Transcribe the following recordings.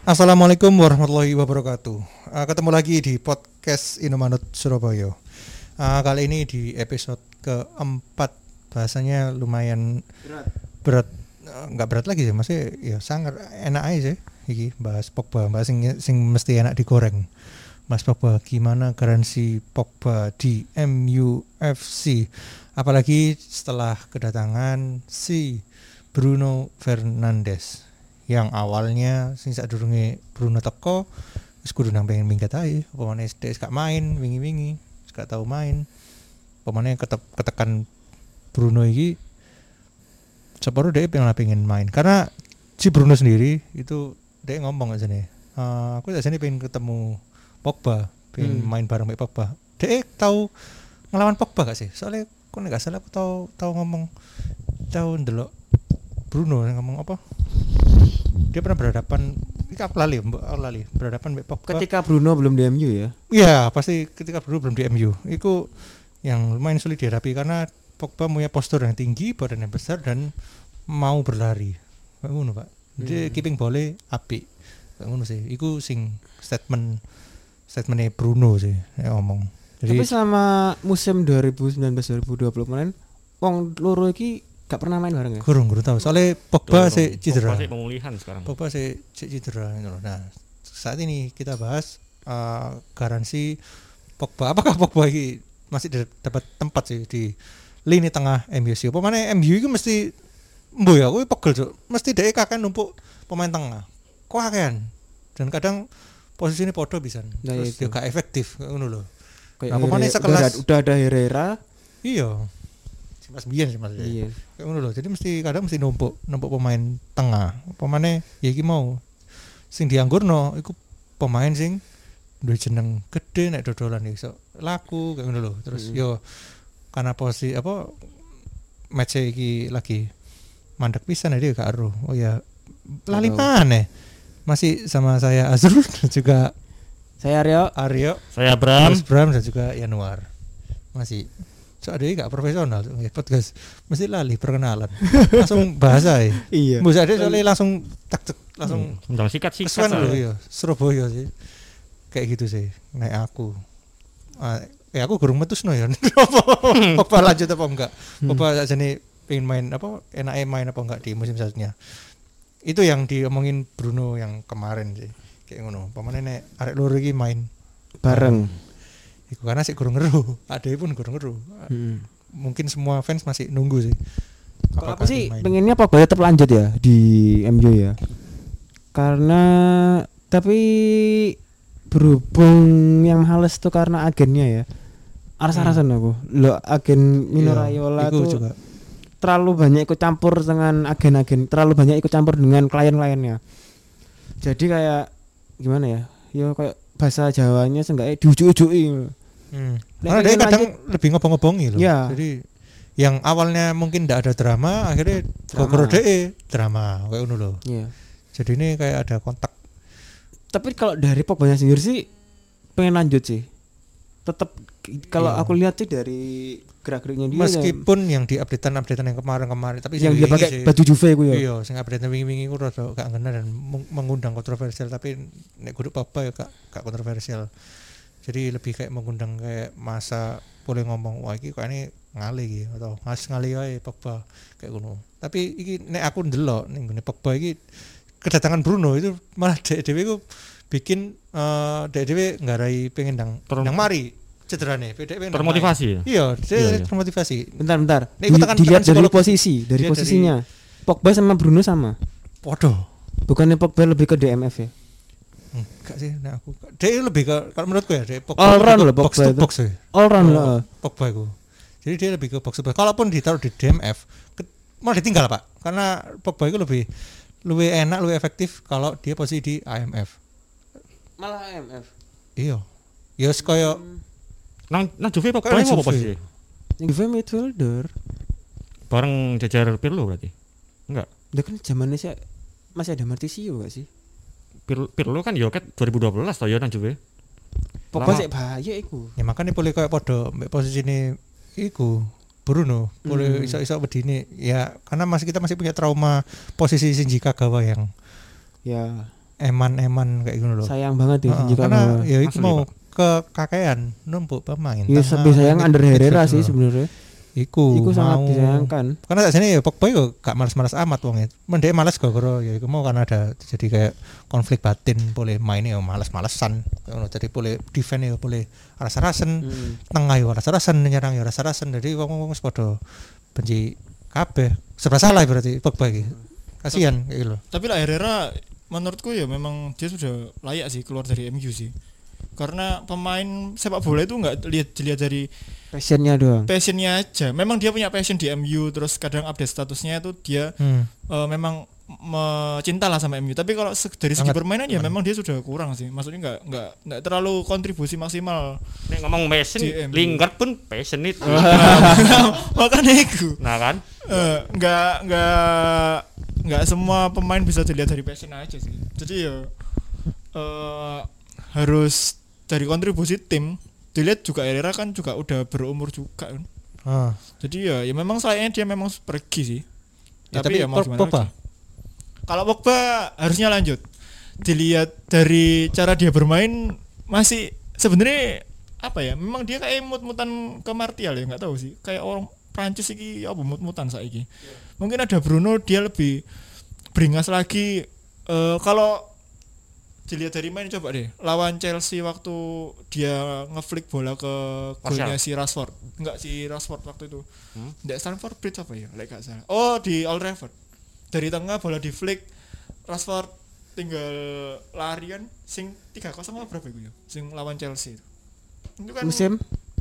Assalamualaikum warahmatullahi wabarakatuh. Ketemu lagi di podcast Inomanut Surabaya. Kali ini di episode keempat, bahasanya lumayan berat. Nggak berat lagi sih, masih ya sangat enak aja sih. Iki bahas Pogba, bahas sing mesti enak digoreng. Mas Pogba, gimana garansi Pogba di MUFC? Apalagi setelah kedatangan si Bruno Fernandes yang awalnya sing sadurunge Bruno teko wis kudu nang pengen minggat ae, apa meneh gak main wingi-wingi, gak tau main. Apa meneh ketekan Bruno iki separuh dia pengen main. Karena si Bruno sendiri itu dia ngomong aja nih, aku aja nih pengen ketemu Pogba, pengen main bareng sama Pogba. Dia tahu ngelawan Pogba gak sih? Soalnya kok gak salah aku tahu ngomong, tahu ndelok Bruno ngomong apa? Dia pernah berhadapan, aku lali berhadapan dengan Pogba ketika Bruno belum di MU ya. Iya, pasti ketika Bruno belum di MU. Itu yang lumayan sulit dihadapi karena Pogba punya postur yang tinggi, badan yang besar dan mau berlari. Kayak ngono, Pak. Jadi keeping bola apik. Kayak ngono sih. Iku sing statementnya Bruno sih yang ngomong. Jadi, tapi selama musim 2019-2020 kemarin wong loro iki gak pernah main bareng ya? Kurang tahu. Soalnya Pogba sih cedera. Pogba sih pemulihan sekarang. Pogba sih cedera gitu loh. Nah, saat ini kita bahas garansi Pogba. Apakah Pogba ini masih dapat tempat sih di lini tengah MU sih? Pemain MU itu mesti mbo ya, kuwi pegel cuk. Mesti dhek kakek numpuk pemain tengah. Kok kakean. Dan kadang posisi ini podo bisa. Nah, terus itu dia gak efektif ngono lho. Kayak Nah, pemain sekelas udah ada Herrera. Iya. Mas Bian sih Mas. Iya. Kayak ngono lho. Jadi kadang mesti numpuk pemain tengah. Pemaine ya iki mau sing dianggurno iku pemain sing duwe jeneng gede nek dodolan iso laku kayak ngono lho. Terus yo karena posisi apa match iki lagi mandek pisan dia gak aruh. Oh ya lali maneh. Masih sama saya Azrul dan juga Saya Aryo, Saya Bram dan juga Yanuar. Masih soalnya gak profesional podcast mesti lali perkenalan langsung bahasa ya. Iya. Mbak Ade soalnya langsung langsung undang sikat kesuwen lho ya Surabaya sih kayak gitu sih naik aku aku gurung metusno ya apa lanjut apa enggak apa aja nih pengen main apa enaknya main apa enggak di musim selanjutnya. Itu yang diomongin Bruno yang kemarin sih kayak ngono pamane nek arek loro iki main bareng. Iku karena sih kurang ngeru, ada pun kurang ngeru. Mungkin semua fans masih nunggu sih. Kalau aku sih pengennya Pogba tetap lanjut ya di MU ya. Karena tapi berhubung yang males tuh karena agennya ya. Aras-arasan aku. Lo agen Mino Raiola tuh juga terlalu banyak ikut campur dengan agen-agen, terlalu banyak ikut campur dengan klien-kliennya. Jadi kayak gimana ya? Ya kayak bahasa Jawanya seenggaknya diujuk-ujuki. Karena dia kadang lebih ngobong-ngobongi loh. Ya. Jadi yang awalnya mungkin tidak ada drama, akhirnya gara-gara DE drama kayak ngono loh. Iya. Jadi ini kayak ada kontak. Tapi kalau dari Pogba sendiri sih pengen lanjut sih. Tetap kalau aku lihat sih dari gerak-geriknya dia meskipun yang di updatean yang kemarin tapi yang dia pakai baju Juve ku ya. Iya, sing updatean wingi-wingi ku rada gak ngena dan mengundang kontroversial, tapi nek kudu Pogba ya gak kontroversial. Jadi lebih kayak mengundang kayak masa boleh ngomong wah iki kok ini ngalih iki atau ngalih wae Pogba kayak ngono. Tapi iki nek aku ndelok ning ngene Pogba iki kedatangan Bruno itu malah dhewe ku bikin dhewe nggarai pengen nang mari cederane termotivasi. Iya, termotivasi. Bentar. tekan Dilihat dari posisinya. Pogba sama Bruno sama. Podo. Bukannya Pogba lebih ke DMF ya? Enggak sih, nah aku. Dia lebih ke kalau menurutku ya, dia Pogba all round loh Pogba box to box ya. All round loh. Pogba itu. Jadi dia lebih ke box to box. Kalaupun ditaruh di DMF, malah ditinggal, Pak. Karena Pogba itu lebih enak, lebih efektif kalau dia posisi di IMF. Malah IMF. Iya. Ya koyo nang Juve Pogba apa posisi? Juve midfielder. Bareng jajar Pirlo berarti. Enggak. Dia kan zamannya sih masih ada Martisio enggak sih? Pirlo kan yo ket 2012 toh yo nang Juve. Pogba sik bahaya iku. Ya makane boleh koyo padha mbek posisine iku Bruno, boleh iso-iso bedine ya karena kita masih punya trauma posisi Shinji Kagawa yang ya eman-eman kayak gitu loh. Sayang banget ya jika karena ya itu Asli, mau Pak. kekakean numpuk pemain. ya lebih sayang under Herrera sih sebenarnya. Iku sangat disayangkan. Karena tak sini ya Pogba yo gak malas-malas amat wong itu. Mendek malas gara-gara ya iku mau kan ada jadi kayak konflik batin boleh main ya malas-malesan. Ngono jadi boleh defend ya boleh rasa-rasen, tengah yo rasa-rasen, nyerang yo rasa-rasen. Jadi wong-wong wis padha benci kabeh. Serba salah berarti Pogba iki. Kasihan kayak gitu. Tapi lah Herrera menurutku ya memang dia sudah layak sih keluar dari MU sih. Karena pemain sepak bola itu enggak dilihat dari Passionnya doang. passionnya aja. Memang dia punya passion di MU, terus kadang update statusnya itu dia memang cinta lah sama MU. Tapi kalau dari segi permainan ya memang dia sudah kurang sih. Maksudnya enggak terlalu kontribusi maksimal. Nek ngomong passion, Lingard pun passion itu. Makanya itu. Nah kan? Enggak semua pemain bisa dilihat dari passion aja sih. Jadi ya harus dari kontribusi tim. Dilihat juga Herrera kan juga udah berumur juga kan. Jadi ya memang sayangnya dia memang pergi sih. Ya, tapi ya mau gimana Pogba. lagi. Kalau Pogba harusnya lanjut. Dilihat dari cara dia bermain masih sebenarnya apa ya? Memang dia kayak mut-mutan ke Martial ya, enggak tahu sih. Kayak orang Prancis iki apa mut-mutan saiki. Mungkin ada Bruno dia lebih beringas lagi. Kalau dilihat dari main coba deh lawan Chelsea waktu dia ngeflick bola ke golnya si Rashford. Enggak si Rashford waktu itu. Enggak Stamford Bridge apa ya? Lek gak salah. Oh, di Old Trafford. Dari tengah bola di flick Rashford tinggal larian sing 3-0 apa berapa itu ya? Sing lawan Chelsea itu. Itu kan Musim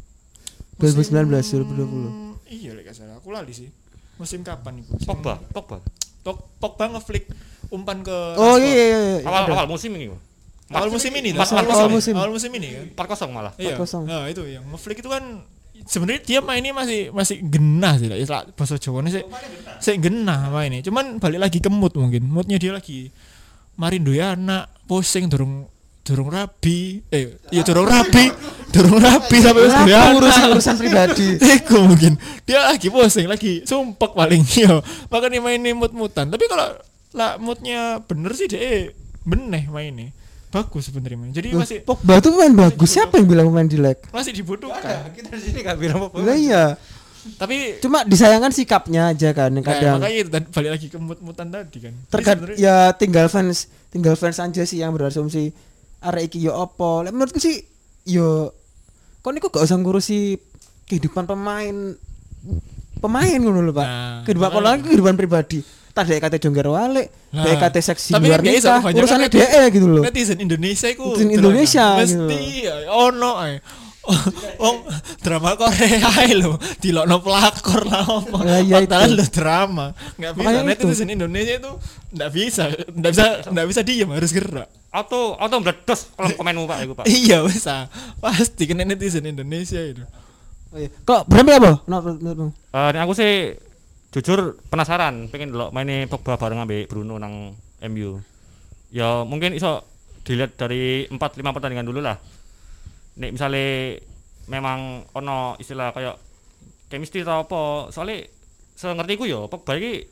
2019 2020. Iya lek gak salah. Aku lali sih. Musim kapan itu? Pogba ngeflick umpan ke Oh Rashford. iya. Awal musim ini. Awal musim ini Awal musim. Awal musim ini kan. 4-0 malah. Iya. 4-0. Nah, itu yang ngeflick itu kan sebenarnya dia mainnya masih genah sih lah. Istilah bahasa Jawane sih genah mainnya. Cuman balik lagi ke mood mungkin. Moodnya dia lagi mari duwe anak, pusing durung rabi. Durung rabi sampai wis duwe urusan pribadi. Iku mungkin dia lagi pusing, lagi sumpek paling yo. Makanya mainnya mood-mutan. Tapi kalau lah moodnya bener sih dia beneh mainnya. Bagus sebenarnya main. Jadi masih Pogba tuh main bagus. Siapa yang bilang main jelek? masih dibutuhkan. Kita di sini gak bilang Pogba. Lah iya. Tapi Cuma disayangkan sikapnya aja kan kadang. makanya itu balik lagi ke mood-mutan tadi kan. Ya tinggal fans aja sih yang berasumsi arek iki yo opo. Lek menurutku sih yo kon niku gak usah ngurusi kehidupan pemain ngono lho, Pak. Kehidupan pribadi. Tak dek kate jongger wale, dek kate seksi luar nikah, urusannya DE gitu loh. Netizen Indonesia iku Indonesia mesti ono ae. Wong drama Korea ae lho, dilokno pelakor lah opo. Padahal lho drama. Enggak bisa netizen Indonesia itu enggak bisa diam, harus gerak. Auto meledos kolom komenmu Pak iku Pak. Iya wis pasti kena netizen Indonesia itu. Oh iya. Kok berapa apa? Aku sih jujur penasaran pengen delok maine Pogba bareng ambek Bruno nang MU. Ya mungkin iso dilihat dari 4-5 pertandingan dulu lah. Nek misale memang ono istilah kayak chemistry atau apa, soalnya sengertiku ya Pogba iki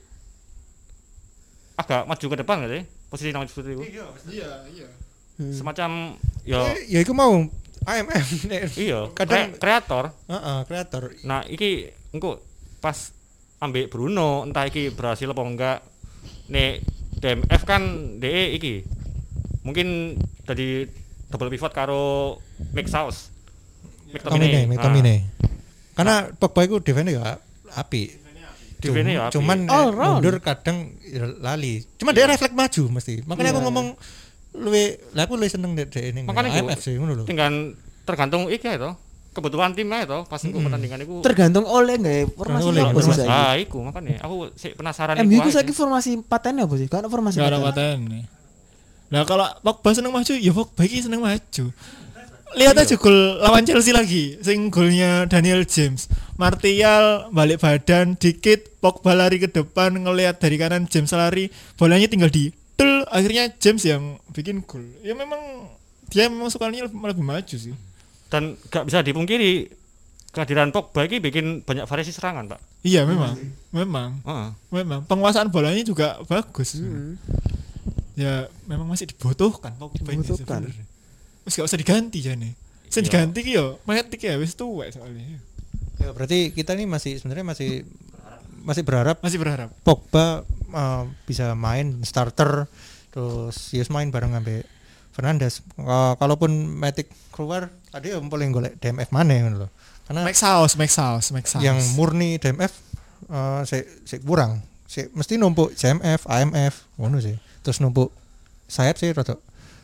agak maju ke depan gak sih? Posisi nang seperti itu. Iya. Semacam ya iku mau AMM iya, kadang kreator. Kreator. Nah, iki engko pas ambek Bruno entah iki berhasil apa enggak. Nek DMF kan DE iki mungkin tadi double pivot karo McSauce. McTominay. Karena Pogba iku defense ya apik. Defense ya apik. Cuman mundur kadang lali. Cuman dia refleks maju mesti. Makanya aku ngomong aku luwih seneng dek ini. Makanya AMF sih ngono lho. Tinggal tergantung iki ya to. Kebutuhan timnya itu pas engko pertandingan iku. Tergantung oleh nggak formasi apa sih saiki. Ah, iku makanya aku sik penasaran iku. MU iku saiki formasi paten apa sih? Kan formasi paten. Nah, kalau Pogba seneng maju, ya Pogba iki seneng maju. Lihat aja gol lawan Chelsea lagi, sing golnya Daniel James. Martial balik badan dikit, Pogba lari ke depan ngelihat dari kanan James lari, bolanya tinggal di akhirnya James yang bikin gol. Ya memang dia sukanya lebih maju sih. Dan gak bisa dipungkiri kehadiran Pogba ini bikin banyak variasi serangan, Pak. Iya, memang. Memang penguasaan bolanya juga bagus. ya memang masih dibutuhkan Pogba ini Dibutuhkan. sebenarnya. Wis gak usah diganti jane. Sing diganti ki yo Matic ya wis tuwek soalnya. Ya, berarti kita nih sebenarnya masih berharap Masih berharap. Pogba bisa main starter terus Yus main bareng sampai Fernandes. Kalaupun Matic keluar tadi yang paling golek DMF mana ngono loh. Karena Make sauce. yang murni DMF saya kurang. Mesti numpuk CMF, AMF ngono sih. Terus numpuk sayap sih rada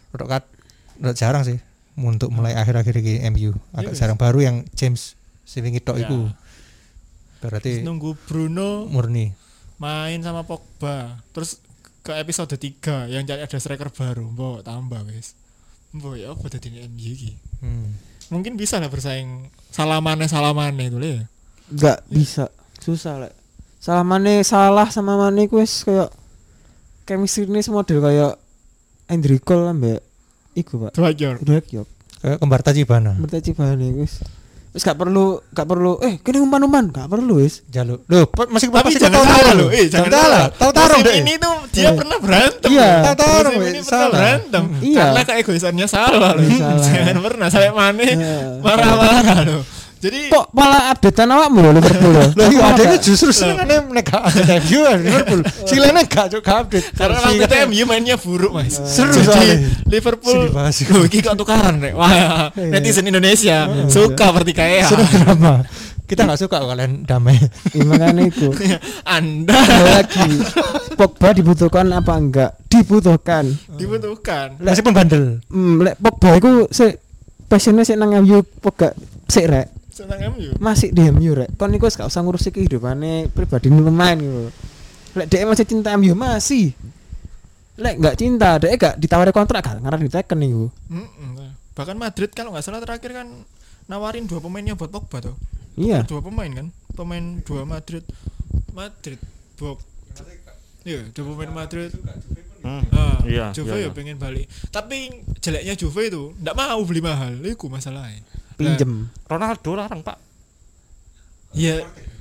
jarang sih untuk mulai akhir-akhir ini MU. Agak jarang baru yang James Siving itu iku. Berarti nunggu Bruno murni main sama Pogba. Terus ke episode 3 yang cari ada striker baru, mbok tambah wis. Mbok ya apa dadi MU iki. Mungkin bisa lah bersaing salamane itu le. Enggak bisa. Susah lek. Salah sama Mane ku wis kayak chemistry ini model kayak Andrew Cole ambek iku, Pak. Dwight York. kayak kembar Tachibana. Bertacibane wis. Wis gak perlu kene umpan-umpan, gak perlu wis. Jaluk. Loh, masih Tapi pasti jangan salah loh. Jangan salah. Tahu tarung deh. Ini tuh dia pernah berantem. Iya. Musim Tahu-tahu, ini weh, pernah salah. berantem. Iya. Karena keegoisannya salah loh. Salah. Jangan pernah sampai Mane Iya. marah-marah loh. Jadi Kok malah updatean awakmu lho Liverpool lho. Loh, iya ada itu justru senengane nek MU Liverpool. Silene gak update. karena waktu itu MU mainnya buruk mas. Seru Jadi soalnya. Liverpool, Sedih banget sih. loh ini kok tukaran rek. Wah netizen Indonesia suka pertikaian. Seneng drama. Kita gak suka kalian damai. Iya, makanya itu. Anda Lagi Pogba dibutuhkan apa enggak? Dibutuhkan. dibutuhkan. Meskipun bandel. Lek Pogba iku sik passionnya sik nang MU Pogba sik rek. Senang MU. Masih di MU rek. Kon iku gak usah ngurusi kehidupane pribadi pemain gitu. Lek dhek masih cinta MU masih. Lek enggak cinta, dhek gak ditawari kontrak gak ngarep diteken iku. Bahkan Madrid kalau nggak salah terakhir kan nawarin 2 pemainnya buat Pogba tuh. Iya. 2 pemain kan, pemain 2 Madrid Bob. Iya, 2 pemain Madrid. Iya. Juve ya pengen balik. Tapi jeleknya Juve itu ndak mau beli mahal, itu masalahnya. Pinjem. Ronaldo larang pak. Iya,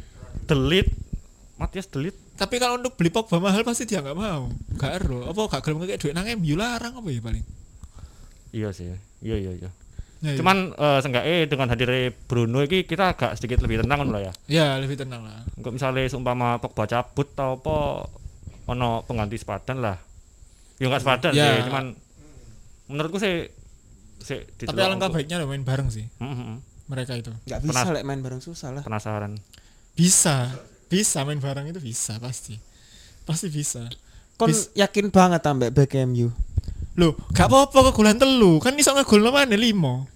Matias Delit. tapi kalau untuk beli Pogba mahal pasti dia nggak mau. Gak ero, apa gak gelem kayak duit nang MU larang apa ya paling. Iya sih. Iya. Ya, ya. Cuman seenggaknya dengan hadirnya Bruno ini kita agak sedikit lebih tenang kan lah ya. Ya lebih tenang lah. Enggak misalnya seumpama Pogba cabut atau apa ono pengganti sepadan lah. Ya enggak sepadan Ya. sih, cuman menurutku sih Tapi alangkah baiknya lo main bareng sih mereka itu. Enggak bisa lek main bareng susah lah. penasaran. Bisa main bareng itu bisa pasti bisa. Kon yakin banget ambek back MU. Loh, gak apa-apa kegulan telu, kan iso ngegolno maneh 5.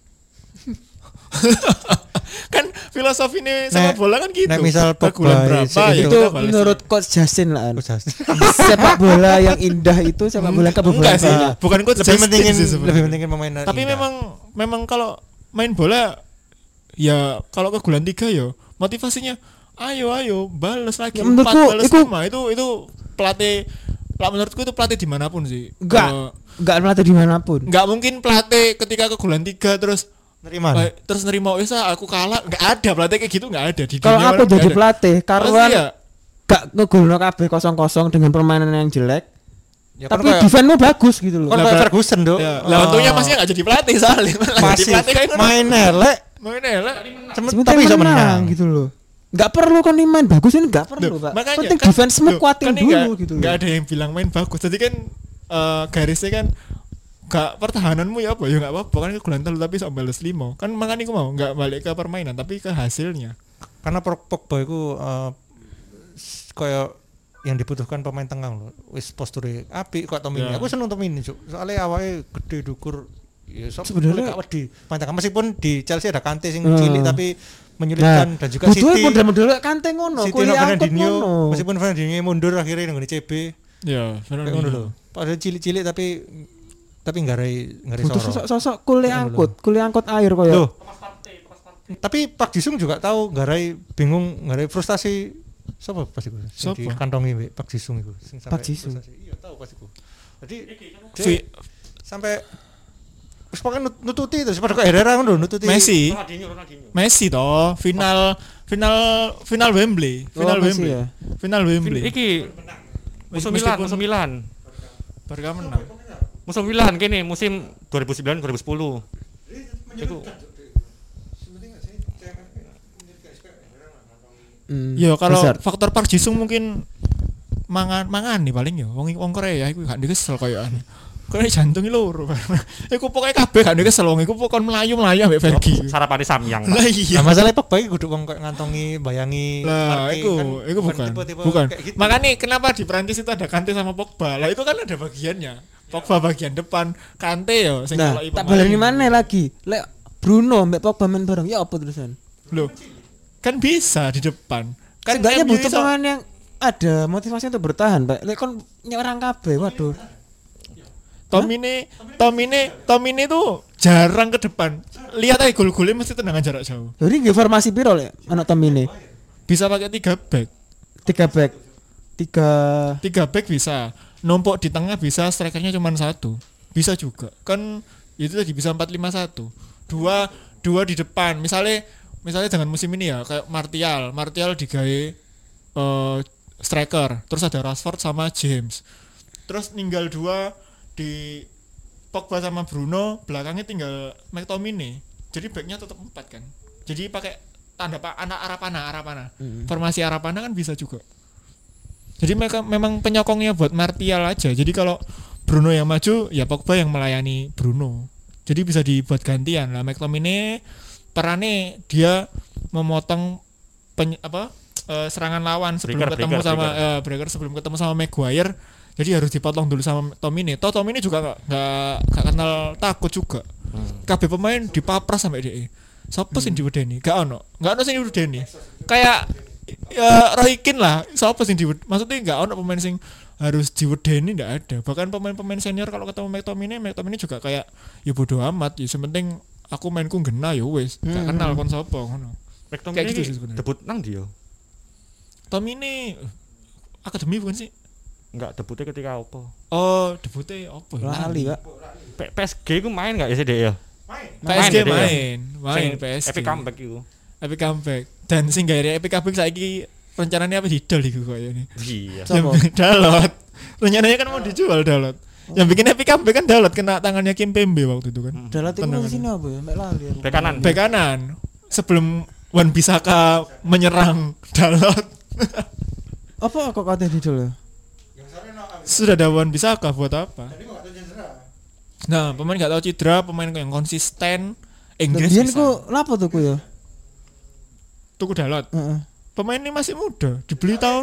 Kan filosofi ini sama bola kan gitu. Nek misal kegulan Pogba berapa ya Itu kita balas. menurut coach Justin lah. Coach Justin. Sepak bola yang indah itu sepak bola kebobolan. Enggak sih, bukan coach lebih Justin pentingin sih sebenarnya. lebih pentingin pemain. Tapi indah. memang kalau main bola ya kalau kegulan 3 ya motivasinya ayo balas lagi Ya, 4 menurutku balas itu- 5 itu pelatih menurutku itu pelatih dimanapun sih. Enggak melatih dimanapun. Nggak mungkin pelatih ketika kegulan 3 terus nerima. terus nerima wis aku kalah, nggak ada pelatih kayak gitu, nggak ada di Kalau dunia aku mana jadi nggak ada. pelatih, Pasti karuan ya. gak ngegolno kabeh 0-0 dengan permainan yang jelek, Ya, kan tapi kayak- defense-mu bagus gitu loh. kan kayak Ferguson dok. Ya, lah untungnya masnya nggak jadi pelatih soalnya. Jadi Masih pelatih kayak ngono. main elek. Main elek. Sebenarnya Tapi bisa menang. gitu loh. Enggak perlu kan main bagus ini enggak perlu, Loh, Pak. makanya Penting kan- defense-mu loh, kuatin kan ini dulu gitu loh. Nggak ada yang bilang main bagus. Jadi kan garisnya kan gak pertahananmu ya apa ya nggak apa-apa kan kegulan telu tapi sok balas 5 kan makanya aku mau nggak balik ke permainan tapi ke hasilnya. Karena Pogba itu kayak yang dibutuhkan pemain tengah loh. Wis posture apik kok Tomini. Ya. Aku seneng Tomini, Cuk. Soalnya awake gede dukur. Ya Sebenarnya- gak wedi. Pemain tengah meskipun di Chelsea ada Kante sing cilik tapi menyulitkan dan juga butuhnya City. model-model Kante ngono, City kuliah angkut Fernandinho ngono. meskipun Fernandinho mundur akhirnya nang CB. Ya, Kayak ngono lho. Padahal cilik-cilik tapi ngare Butuh soro. sosok kuliah Ngono angkut air koyo. Loh. Tapi Pak Jisung juga tahu ngarai bingung, ngarai frustasi siapa pas iku? Sing Siapa? dikantongi mbek Pak Jisung iku. Sing sampai Pak Jisung. frustasi. Iya, tahu pas iku. Jadi dia Vi- sampai wis pokoknya nututi terus pada kok Herrera ngono nututi. Messi Ronaldinho. Messi toh final Wembley, Oh, Messi ya. final Wembley. Iki musuh Milan. Barca menang. Musim pilihan kene musim 2009 2010. Iku Ya kalau besar. faktor Park Ji-sung mungkin mangan nih paling ya wong Korea iku gak kesel koyokan. Kok jantunge loro. Iku pokoke kabeh gak kesel wong iku pokon mlayu-mlayu ambek Fergie. sarapane samyang. Lah iya. Nah, masalahnya Pogba iki kudu wong kayak ngantongi bayangi Lah Partey, iku kan bukan. tipe-tipe Bukan. kayak gitu. Makanya kenapa di Prancis itu ada Kante sama Pogba. Lah itu kan ada bagiannya. Pogba bagian depan, Kante yo sing Nah, ngeloki tak pemain. baleni mana lagi? Lek Bruno mbek Pogba main bareng ya apa terusan? Loh. Kan bisa di depan. Kan Seenggaknya MU butuh iso- pemain yang ada motivasi untuk bertahan, Pak. Lek kon nyerang kabeh, waduh. Tomine tuh jarang ke depan. Lihat aja gol-golnya mesti tendangan jarak jauh. Jadi nggih formasi piro lek anak Tom ini? Bisa pakai 3 back. 3 back. 3 3 back bisa. Numpuk di tengah bisa, strikernya cuma 1. Bisa juga. Kan itu tadi bisa 4-5-1. Dua di depan. Misalnya dengan musim ini ya kayak Martial digawe striker. Terus ada Rashford sama James. Terus ninggal 2 di Pogba sama Bruno, belakangnya tinggal McTominay. Jadi backnya tetap 4 kan. Jadi pakai tanda anak Arapana. Formasi Arapana kan bisa juga. Jadi mereka memang penyokongnya buat Martial aja. Jadi kalau Bruno yang maju, ya Pogba yang melayani Bruno. Jadi bisa dibuat gantian lah. McTominay perannya dia memotong serangan lawan sebelum breaker sebelum ketemu sama Maguire. Jadi harus dipotong dulu sama Tomine. Tomine juga nggak kenal takut juga. Kabeh pemain dipapras sampai dia. Siapa sing diwedeni? Gak ono sing diwedeni. Kayak ya Roy Keane lah. Siapa sing maksudnya nggak ono pemain sing harus diwedeni, nggak ada. Bahkan pemain-pemain senior kalau ketemu McTominay juga kayak ya bodo amat. Ya sementing aku mainku ngena ya wis. Gak kenal kon sapa ngono. McTominay Kayak gitu sih sebenarnya. debut nang dia. Tomine akademi bukan sih? Enggak, debutnya ketika apa? Oh, debutnya apa? lali, Pak. PSG ku main enggak ya dia ya? PSG Main, main Sing PSG. Epic comeback iku. Epic comeback. Dan sing gawe Epic comeback saiki rencananya apa didol iku koyo ini. Iya. Sopo? Dalot. Rencananya kan mau dijual Dalot. Yang bikin Epic comeback kan Dalot kena tangannya Kim Pembe waktu itu kan. Dalat itu Tendangan. sini apa ya? Mbak lali. aku. Bek kanan. Bek kanan. Sebelum Wan Bisaka menyerang Dalot. Apa kok kate didol ya? Sudah ada Wan Bisaka buat apa? Nah, pemain gak tahu cedera, pemain yang konsisten. Inggris Biyen bisa. ku lapo tuh ku ya? Tuku Dalot. Heeh. Pemain ini masih muda, dibeli tahun.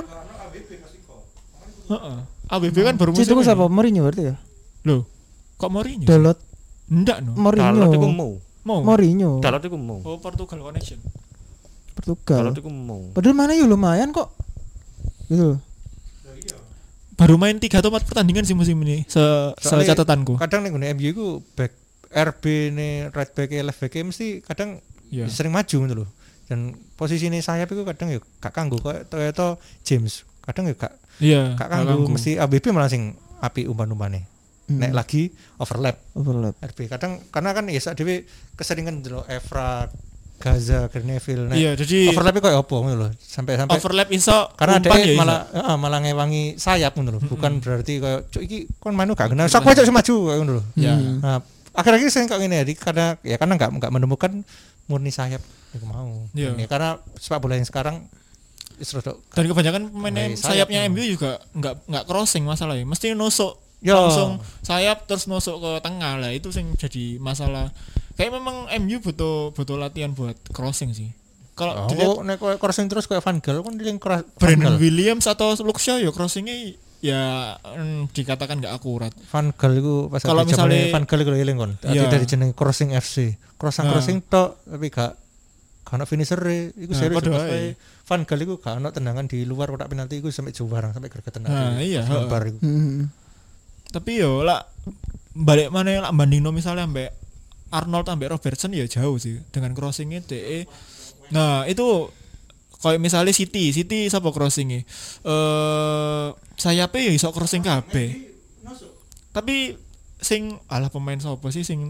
Heeh. ABB kan baru musim Itu ini. siapa? Mourinho berarti ya? Loh, kok Mourinho? Dalat Enggak no. Dalot iku Mourinho. mau. Mourinho. Dalot iku mau. Oh, Portugal connection. Portugal. Dalot iku mau. Padahal mana ya lumayan kok. Gitu. Baru main 3 atau 4 pertandingan sih musim ini Soalnya catatanku. Kadang nih gue MU ku back RB nih right back left back mesti kadang Iya. sering maju gitu loh. Dan posisi ini sayap itu kadang ya gak kanggo kayak Toyota James. Kadang ya gak Iya, kanggo mesti ABB malah sing api umpan-umpane. Nek lagi overlap RB kadang karena kan ya saat dhewe keseringan delok Evra Gaza Greenville Iya, jadi overlap kayak opo ngono lho. Sampai overlap iso karena umpan dia ya iso. malah ngewangi sayap ngono lho. Bukan berarti kayak cuk iki kon manu gak kenal. Sak aja maju kayak ngono lho. Ya. Nah, akhir-akhir sering kok ngene karena enggak menemukan murni sayap iku mau. Iya. Ya, karena sepak bola yang sekarang wis rodok Dan kebanyakan pemain sayap, sayapnya MU juga enggak crossing masalahnya. Mesti nusuk Yo. langsung sayap terus nusuk ke tengah lah, itu sing jadi masalah. Kayak memang MU butuh latihan buat crossing sih. Kalau dilihat nek kowe crossing terus kayak Van Gaal kon diling Brandon Williams atau Luke Shaw ya crossingnya ya dikatakan nggak akurat. Van Gaal iku pas Kalau misalnya- Van Gaal iku eling kon. Iya. Dari jeneng Crossing FC. Crossing tok tapi gak ono finisher iku Nah, serius padha pas ae. kowe Van Gaal iku gak ono tendangan di luar kotak penalti iku sampai juwarang sampai gregetan. Nah, iya, Pas heeh. bar iku. Tapi yo lah balik mana lah bandingno misalnya ambek Arnold ambek Robertson ya jauh sih dengan crossingnya DE. Nah itu kayak misalnya City siapa crossingnya? Sayapnya ya iso crossing kabeh. Tapi sing alah pemain sapa sih sing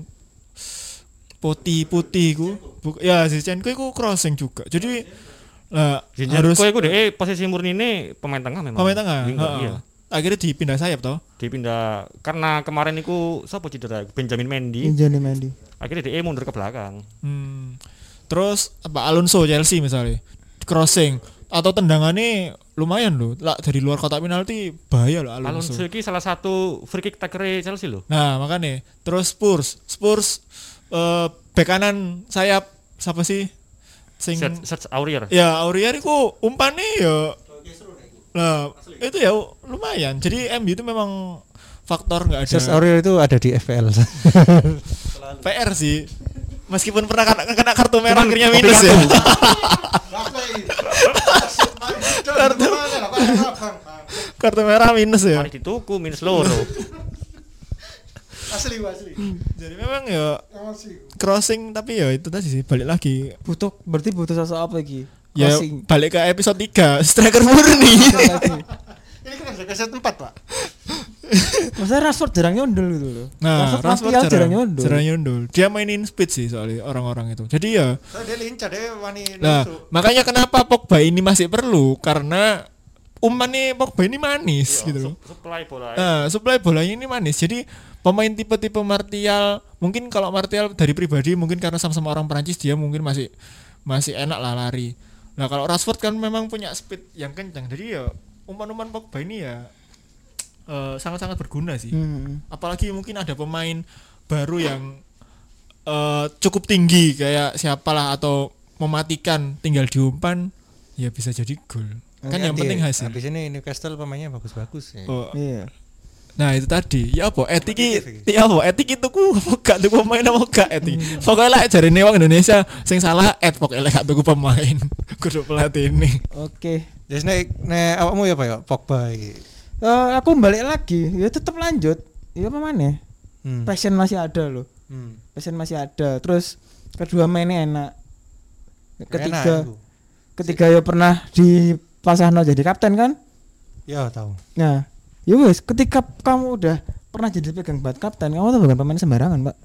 putih ku ya Zinchenko iku crossing juga. Jadi lah harus Kowe iku dhek posisi murnine pemain tengah memang. pemain tengah. Winger, Heeh. iya. akhirnya dipindah sayap toh. Dipindah karena kemarin iku sapa cedera Benjamin Mendy. Benjamin Mendy. Akhirnya dia mundur ke belakang. Terus apa Alonso Chelsea misalnya crossing atau tendangannya lumayan loh. Lah dari luar kotak penalti bahaya loh Alonso. Alonso iki salah satu free kick taker Chelsea loh. Nah, makanya terus Spurs bek kanan sayap siapa sih? Sing Serge Aurier. ya Aurier iku umpannya ya. Nah, itu ya lumayan. Jadi MU itu memang faktor enggak ada. Serge Aurier itu ada di FPL. PR sih. Meskipun pernah kena kartu merah akhirnya minus ya. Kartu merah minus ya. Mari dituku minus loro. Asli. Jadi memang ya crossing tapi ya itu tadi sih balik lagi. Berarti butuh sosok apa lagi? Ya Crossing. balik ke episode 3 striker murni. Ini kan sudah keset 4, Pak. Maksudnya Rashford jarang nyondol gitu loh. Nah, Rashford jarang nyondol. Jarang nyondol. Dia mainin speed sih soalnya orang-orang itu. Jadi ya Dia lincah, dia wani nah, nusuk. makanya kenapa Pogba ini masih perlu karena umpannya Pogba ini manis gitu loh. Supply bola. Nah, supply bolanya ini manis. Jadi pemain tipe-tipe Martial, mungkin kalau Martial dari pribadi mungkin karena sama-sama orang Perancis dia mungkin masih enak lah lari. Nah, kalau Rashford kan memang punya speed yang kencang. Jadi ya umpan-umpan Pogba ini ya sangat-sangat berguna sih. Apalagi mungkin ada pemain baru yang cukup tinggi kayak siapalah atau mematikan tinggal diumpan ya bisa jadi gol. Kan yang penting hasil. Habis ini Newcastle pemainnya bagus-bagus ya. Oh, Iya. nah itu tadi ya apa etik itu ku gak tuku pemain apa gak etik pokoknya lah jarine wong Indonesia sing salah pokoknya lah gak tuku pemain kudu pelatih ini. Oke. Jadi nek awakmu ya Pak ya Pogba iki. Aku balik lagi, ya tetap lanjut. Ya apa mana? Hmm. Passion masih ada loh. Passion masih ada. Terus kedua mainnya enak. Ketiga ya pernah dipasangno jadi kapten kan? Ya tahu. Nah, ya wes ketika kamu udah pernah jadi pegang bat kapten, kamu tuh bukan pemain sembarangan, Pak.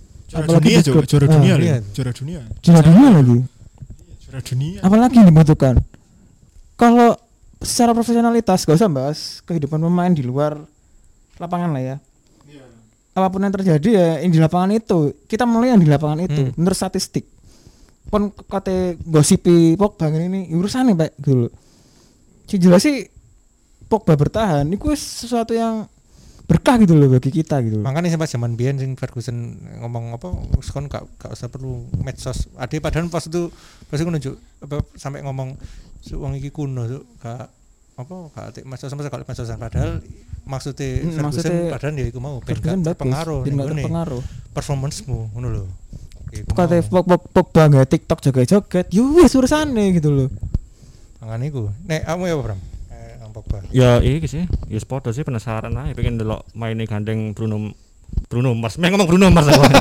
Juara dunia iya. Juara dunia lagi. Juara dunia. Apalagi yang dibutuhkan? Kalau secara profesionalitas gak usah bahas kehidupan pemain di luar lapangan lah ya. Apapun yang terjadi ya yang di lapangan itu, kita mulai yang di lapangan itu. Menurut statistik. Pun kate gosipi Pogba ini urusane Pak gitu. Jelas sih Pogba bertahan itu sesuatu yang berkah gitu loh bagi kita gitu. Makanya sempat zaman biyen sing Ferguson ngomong apa kon gak usah perlu medsos. Ade padahal pas itu nunjuk apa sampai ngomong wong iki kuno gak medsos sama sekali medsosan padahal maksudnya Ferguson padahal dia iku mau ben gak terpengaruh performancemu ngono lho. Kate Pogba gak TikTok joget-joget, yo wis urusane gitu loh. Makane iku. Nek kamu ya Bram? Pogba. Ya iki sih, ya sepodo sih penasaran ae pengen delok maine gandeng Bruno Mars. Ngomong Bruno Mars aku.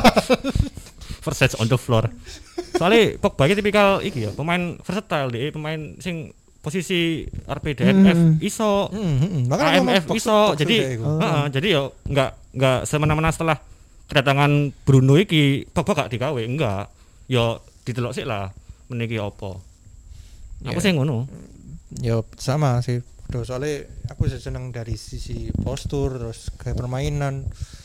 Versace on the floor. Soalnya Pogba iki tipikal iki ya, pemain versatile deh, pemain sing posisi RPDNF iso, AMF iso. Jadi jadi yo enggak semena-mena setelah kedatangan Bruno iki Pogba gak digawe, enggak. Yo didelok sik lah meniki apa. Aku sih ngono. Ya sama sih. Soalnya aku seneng dari sisi postur terus kayak permainan.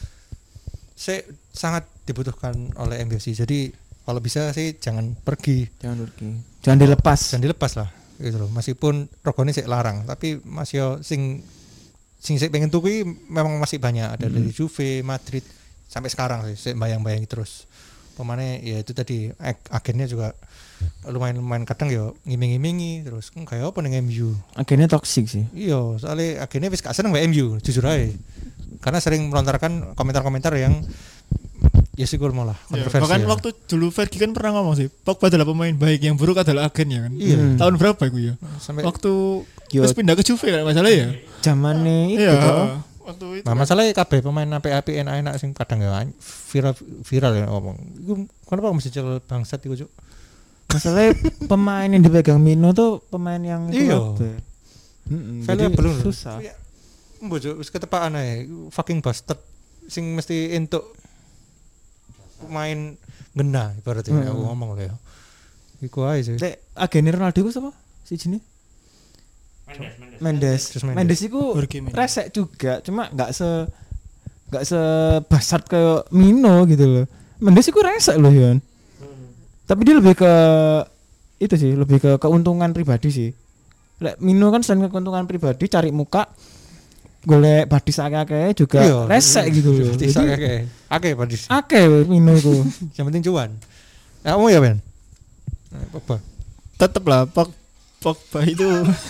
Saya sangat dibutuhkan oleh MBC. Jadi kalau bisa sih jangan pergi. Jangan dilepas. Jangan dilepas lah gitu loh. Meskipun rogone sik larang, tapi masih yo sing saya pengen tuku memang masih banyak ada dari Juve, Madrid sampai sekarang sih saya bayang-bayangi terus. Pemane ya itu tadi agennya juga lumayan kadang ya ngiming-ngimingi terus kayak apa ning MU. Agennya toksik sih. Iya, soalnya agennya wis gak seneng mbak MU, jujur aja. Karena sering melontarkan komentar-komentar yang ya sih malah kontroversial. Bahkan waktu dulu Fergie kan pernah ngomong sih, Pogba adalah pemain baik, yang buruk adalah agennya kan. Iya. Tahun berapa itu ya? Sampai waktu terus pindah ke Juve kan masalah ya. Zamane itu toh. Waktu itu. Nah, masalahnya kabeh pemain apik-apik enak-enak sing kadang ya viral ya ngomong. Iku kenapa mesti cel bangsat iku, Cuk? Masalahnya pemain yang dipegang Mino tuh pemain yang Value belum susah. Mbok wis ketepaan ae fucking bastard sing mesti entuk pemain ngena ibaratnya aku ngomong lho ya. Iku ae sih. Lek agene Ronaldo ku sapa? Sijine? Mendes iku Jorge Mendes. resek juga, cuma nggak sebasar ke Mino gitu loh. Mendes iku resek loh Yon. Tapi dia lebih ke itu sih, lebih ke keuntungan pribadi sih. Lek Mino kan selain keuntungan pribadi cari muka golek badis akeh-akeh juga resek gitu loh. Badis akeh badis. Akeh Mino iku. Yang penting cuan. Kamu ya Ben? Pogba. Tetep lah Pogba itu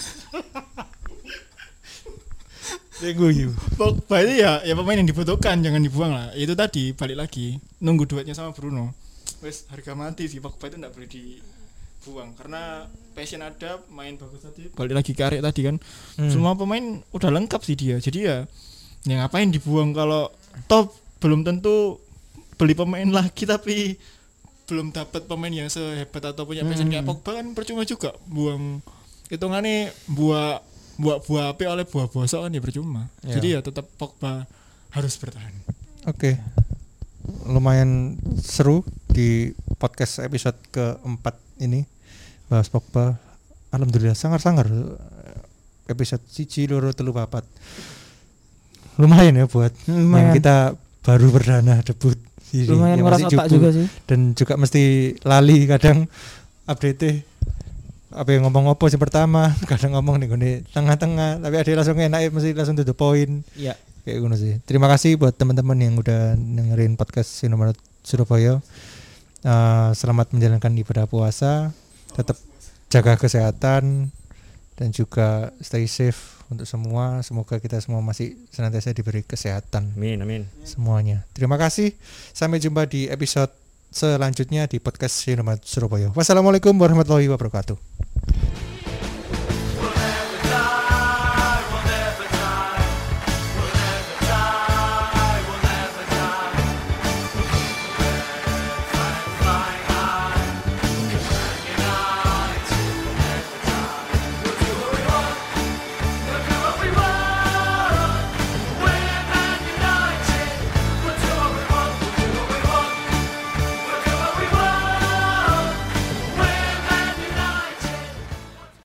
Pogba itu ya pemain yang dibutuhkan, jangan dibuang lah. Itu tadi balik lagi nunggu duetnya sama Bruno. Wes harga mati sih, Pogba itu enggak boleh dibuang karena passion ada, main bagus tadi. Balik lagi ke Arek tadi kan. Semua pemain udah lengkap sih dia. Jadi ya ngapain dibuang kalau top belum tentu beli pemain lagi tapi belum dapat pemain yang sehebat atau punya passion kayak Pogba kan percuma juga buang hitungannya buah api oleh buah bosok kan ya percuma. Jadi ya tetap Pogba harus bertahan. Oke. Lumayan seru di podcast episode keempat ini bahas Pogba. Alhamdulillah sangar-sangar episode 1, 2, 3, 4. Lumayan ya buat yang kita baru perdana debut. Lumayan ngerasa tak juga sih. Dan juga mesti lali kadang update apa yang ngomong apa sih pertama, kadang ngomong nih gini tengah-tengah, tapi ada langsung enak mesti langsung to the point. Iya. Kayak ngono sih. Terima kasih buat teman-teman yang udah dengerin podcast Inomanut Surabaya. Selamat menjalankan ibadah puasa. Tetap jaga kesehatan dan juga stay safe untuk semua. Semoga kita semua masih senantiasa diberi kesehatan. Amin. Semuanya. Terima kasih. Sampai jumpa di episode selanjutnya di podcast Inomanut Surabaya. Wassalamualaikum warahmatullahi wabarakatuh.